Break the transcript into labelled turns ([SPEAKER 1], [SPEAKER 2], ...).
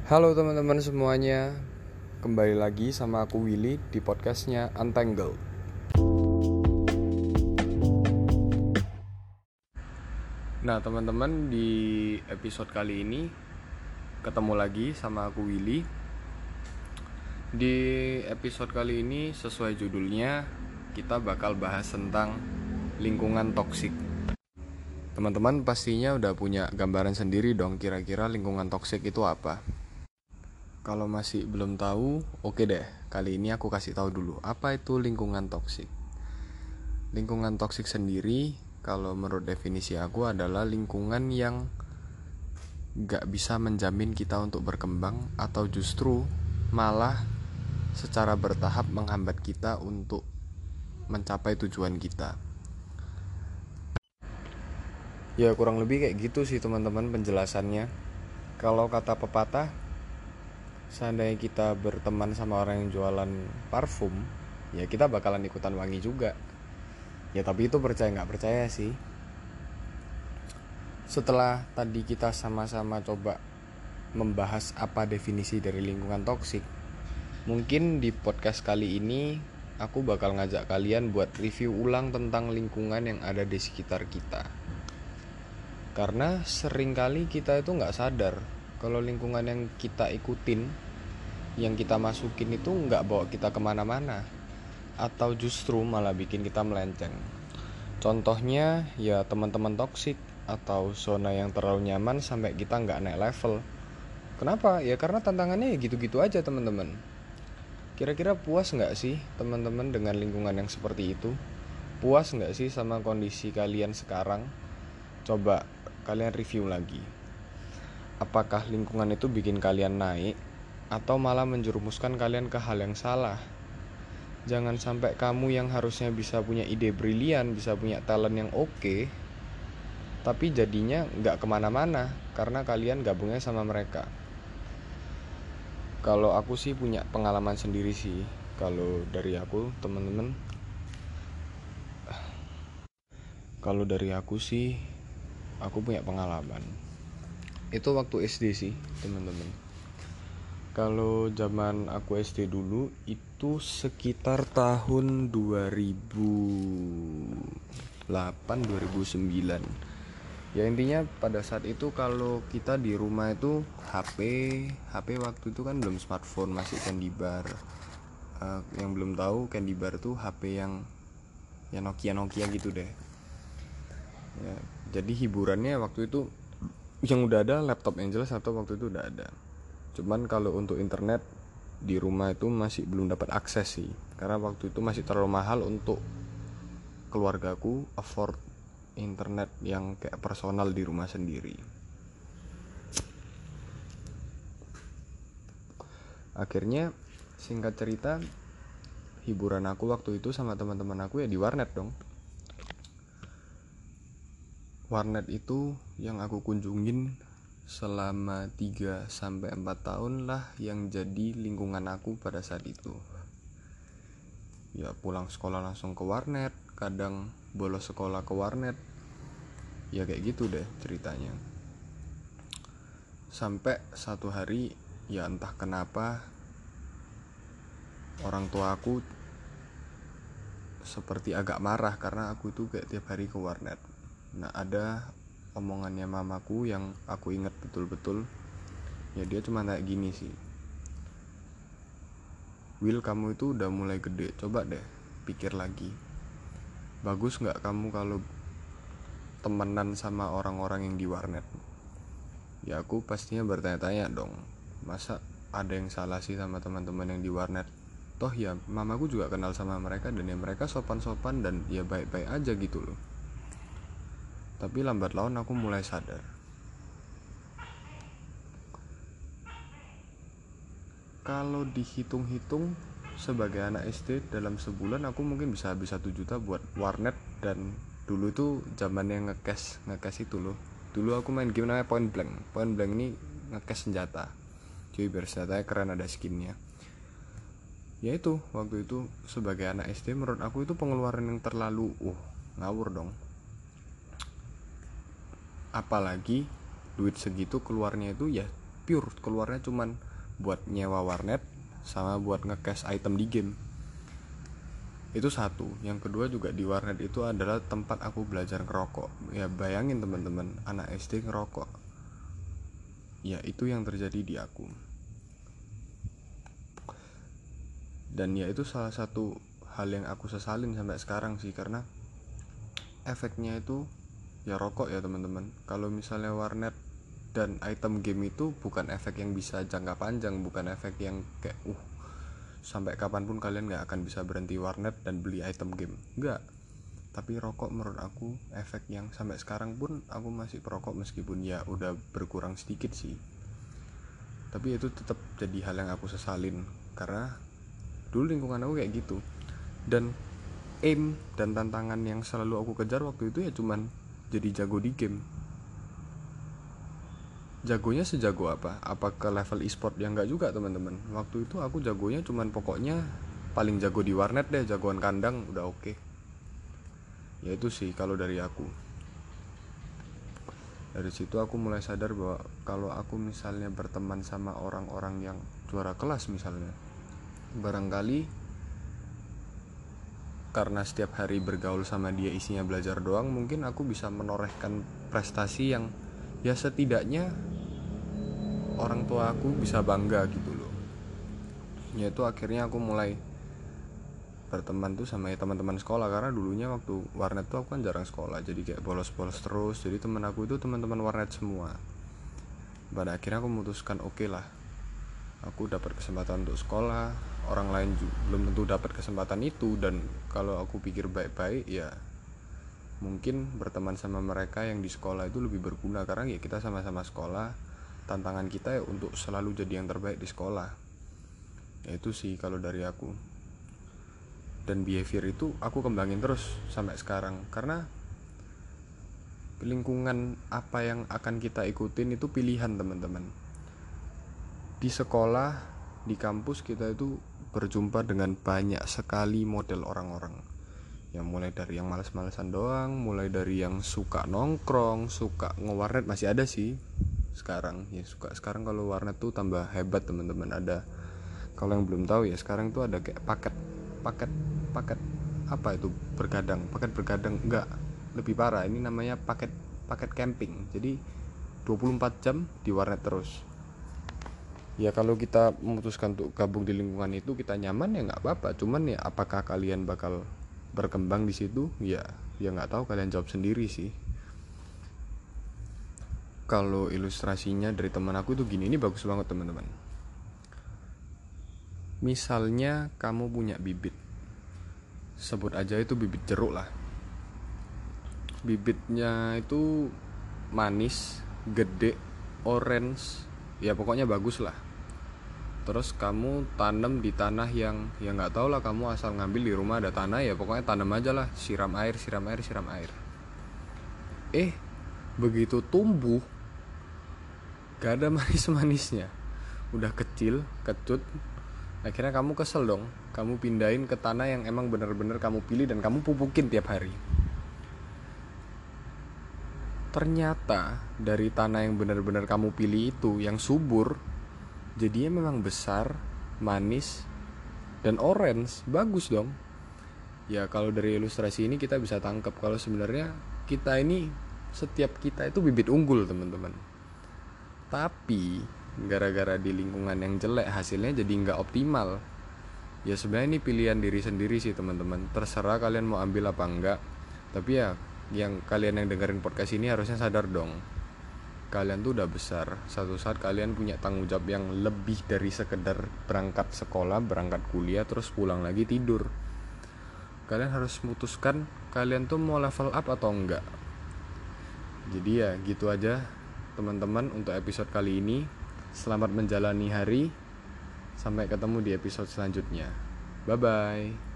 [SPEAKER 1] Halo teman-teman semuanya, kembali lagi sama aku Willy di podcastnya Untangled. Nah teman-teman, di episode kali ini ketemu lagi sama aku Willy. Di episode kali ini sesuai judulnya, kita bakal bahas tentang lingkungan toksik. Teman-teman pastinya udah punya gambaran sendiri dong, kira-kira lingkungan toksik itu apa. Kalau masih belum tahu, oke deh, kali ini aku kasih tahu dulu apa itu lingkungan toksik. Lingkungan toksik sendiri, kalau menurut definisi aku, adalah lingkungan yang gak bisa menjamin kita untuk berkembang, atau justru malah secara bertahap menghambat kita untuk mencapai tujuan kita. Ya kurang lebih kayak gitu sih teman-teman penjelasannya. Kalau kata pepatah, seandainya kita berteman sama orang yang jualan parfum, ya kita bakalan ikutan wangi juga. Ya tapi itu percaya gak percaya sih. Setelah tadi kita sama-sama coba membahas apa definisi dari lingkungan toksik, mungkin di podcast kali ini aku bakal ngajak kalian buat review ulang tentang lingkungan yang ada di sekitar kita. Karena seringkali kita itu gak sadar kalau lingkungan yang kita ikutin, yang kita masukin itu gak bawa kita kemana-mana, atau justru malah bikin kita melenceng. Contohnya ya teman-teman toksik, atau zona yang terlalu nyaman sampai kita gak naik level. Kenapa? Ya karena tantangannya ya gitu-gitu aja teman-teman. Kira-kira puas gak sih teman-teman dengan lingkungan yang seperti itu? Puas gak sih sama kondisi kalian sekarang? Coba kalian review lagi. Apakah lingkungan itu bikin kalian naik, atau malah menjerumuskan kalian ke hal yang salah? Jangan sampai kamu yang harusnya bisa punya ide brilian, bisa punya talent yang oke, tapi jadinya gak kemana-mana karena kalian gabungnya sama mereka. Kalau aku sih punya pengalaman sendiri sih. Kalau dari aku teman-teman, kalau dari aku sih, aku punya pengalaman. Itu waktu SD sih teman-teman. Kalau zaman aku SD dulu itu sekitar tahun 2008-2009. Ya intinya pada saat itu kalau kita di rumah itu HP waktu itu kan belum smartphone, masih Candy Bar. Yang belum tahu, Candy Bar tuh HP yang ya Nokia gitu deh. Ya, jadi hiburannya waktu itu yang udah ada laptop yang jelas, laptop waktu itu udah ada. Cuman kalau untuk internet di rumah itu masih belum dapat akses sih, karena waktu itu masih terlalu mahal untuk keluargaku afford internet yang kayak personal di rumah sendiri. Akhirnya singkat cerita, hiburan aku waktu itu sama teman-teman aku ya di warnet dong. Warnet itu yang aku kunjungin selama 3-4 tahun lah, yang jadi lingkungan aku pada saat itu. Ya pulang sekolah langsung ke warnet, kadang bolos sekolah ke warnet. Ya kayak gitu deh ceritanya. Sampai satu hari, ya entah kenapa orang tua aku seperti agak marah karena aku tuh kayak tiap hari ke warnet. Nah ada omongannya mamaku yang aku ingat betul-betul. Ya dia cuma kayak gini sih, Will, kamu itu udah mulai gede, coba deh pikir lagi. Bagus gak kamu kalau temenan sama orang-orang yang di warnet? Ya aku pastinya bertanya-tanya dong, masa ada yang salah sih sama teman-teman yang di warnet? Toh ya mamaku juga kenal sama mereka, dan ya mereka sopan-sopan dan ya baik-baik aja gitu loh. Tapi lambat laun aku mulai sadar, kalau dihitung-hitung sebagai anak SD dalam sebulan aku mungkin bisa habis 1 juta buat warnet. Dan dulu tuh zaman yang ngecash itu loh. Dulu aku main game namanya Point Blank ini ngecash senjata, cuy, biar senjatanya keren, ada skinnya. Ya itu waktu itu sebagai anak SD menurut aku itu pengeluaran yang terlalu ngawur dong. Apalagi duit segitu keluarnya itu ya pure keluarnya cuman buat nyewa warnet sama buat nge-cash item di game. Itu satu. Yang kedua juga di warnet itu adalah tempat aku belajar ngerokok. Ya bayangin teman-teman, anak SD ngerokok. Ya itu yang terjadi di aku. Dan ya itu salah satu hal yang aku sesalin sampai sekarang sih, karena efeknya itu ya rokok ya teman-teman. Kalau misalnya warnet dan item game itu bukan efek yang bisa jangka panjang, bukan efek yang kayak sampai kapanpun kalian gak akan bisa berhenti warnet dan beli item game, enggak. Tapi rokok menurut aku efek yang sampai sekarang pun aku masih perokok, meskipun ya udah berkurang sedikit sih. Tapi itu tetap jadi hal yang aku sesalin, karena dulu lingkungan aku kayak gitu. Dan aim dan tantangan yang selalu aku kejar waktu itu ya cuman jadi jago di game. Jagonya sejago apa? Apa ke level e-sport? Ya enggak juga teman-teman. Waktu itu aku jagonya cuman pokoknya paling jago di warnet deh, jagoan kandang udah oke. Ya itu sih kalau dari aku. Dari situ aku mulai sadar bahwa kalau aku misalnya berteman sama orang-orang yang juara kelas misalnya, barangkali karena setiap hari bergaul sama dia isinya belajar doang, mungkin aku bisa menorehkan prestasi yang ya setidaknya orang tua aku bisa bangga gitu loh. Yaitu akhirnya aku mulai berteman tuh sama teman-teman sekolah, karena dulunya waktu warnet tuh aku kan jarang sekolah, jadi kayak bolos-bolos terus. Jadi teman aku itu teman-teman warnet semua. Pada akhirnya aku memutuskan oke lah, aku dapat kesempatan untuk sekolah, orang lain belum tentu dapat kesempatan itu. Dan kalau aku pikir baik-baik ya mungkin berteman sama mereka yang di sekolah itu lebih berguna, karena ya kita sama-sama sekolah, tantangan kita ya untuk selalu jadi yang terbaik di sekolah. Ya itu sih kalau dari aku. Dan behavior itu aku kembangin terus sampai sekarang, karena lingkungan apa yang akan kita ikutin itu pilihan teman-teman. Di sekolah, di kampus kita itu berjumpa dengan banyak sekali model orang-orang. Ya mulai dari yang malas-malasan doang, mulai dari yang suka nongkrong, suka ngewarnet, masih ada sih sekarang. Ya suka sekarang kalau warnet tuh tambah hebat teman-teman. Ada, kalau yang belum tahu ya, sekarang tuh ada kayak paket apa itu, paket bergadang, enggak, lebih parah, ini namanya paket camping. Jadi 24 jam di warnet terus. Ya kalau kita memutuskan untuk gabung di lingkungan itu, kita nyaman ya nggak apa-apa. Cuman ya apakah kalian bakal berkembang di situ? Ya nggak tahu, kalian jawab sendiri sih. Kalau ilustrasinya dari teman aku itu gini, ini bagus banget teman-teman. Misalnya kamu punya bibit, sebut aja itu bibit jeruk lah. Bibitnya itu manis, gede, orange, ya pokoknya bagus lah. Terus kamu tanam di tanah yang ya nggak tahu lah, kamu asal ngambil di rumah ada tanah, ya pokoknya tanam aja lah, siram air. Begitu tumbuh gak ada manis-manisnya, udah kecil, kecut. Akhirnya kamu kesel dong, kamu pindahin ke tanah yang emang bener-bener kamu pilih dan kamu pupukin tiap hari. Ternyata dari tanah yang bener-bener kamu pilih itu, yang subur, jadinya memang besar, manis, dan orange, bagus dong. Ya kalau dari ilustrasi ini kita bisa tangkap kalau sebenarnya kita ini, setiap kita itu bibit unggul teman-teman. Tapi gara-gara di lingkungan yang jelek hasilnya jadi nggak optimal. Ya sebenarnya ini pilihan diri sendiri sih teman-teman, terserah kalian mau ambil apa enggak. Tapi ya yang kalian yang dengerin podcast ini harusnya sadar dong, kalian tuh udah besar. Satu saat kalian punya tanggung jawab yang lebih dari sekedar berangkat sekolah, berangkat kuliah, terus pulang lagi tidur. Kalian harus memutuskan kalian tuh mau level up atau enggak. Jadi ya gitu aja teman-teman untuk episode kali ini. Selamat menjalani hari. Sampai ketemu di episode selanjutnya. Bye bye.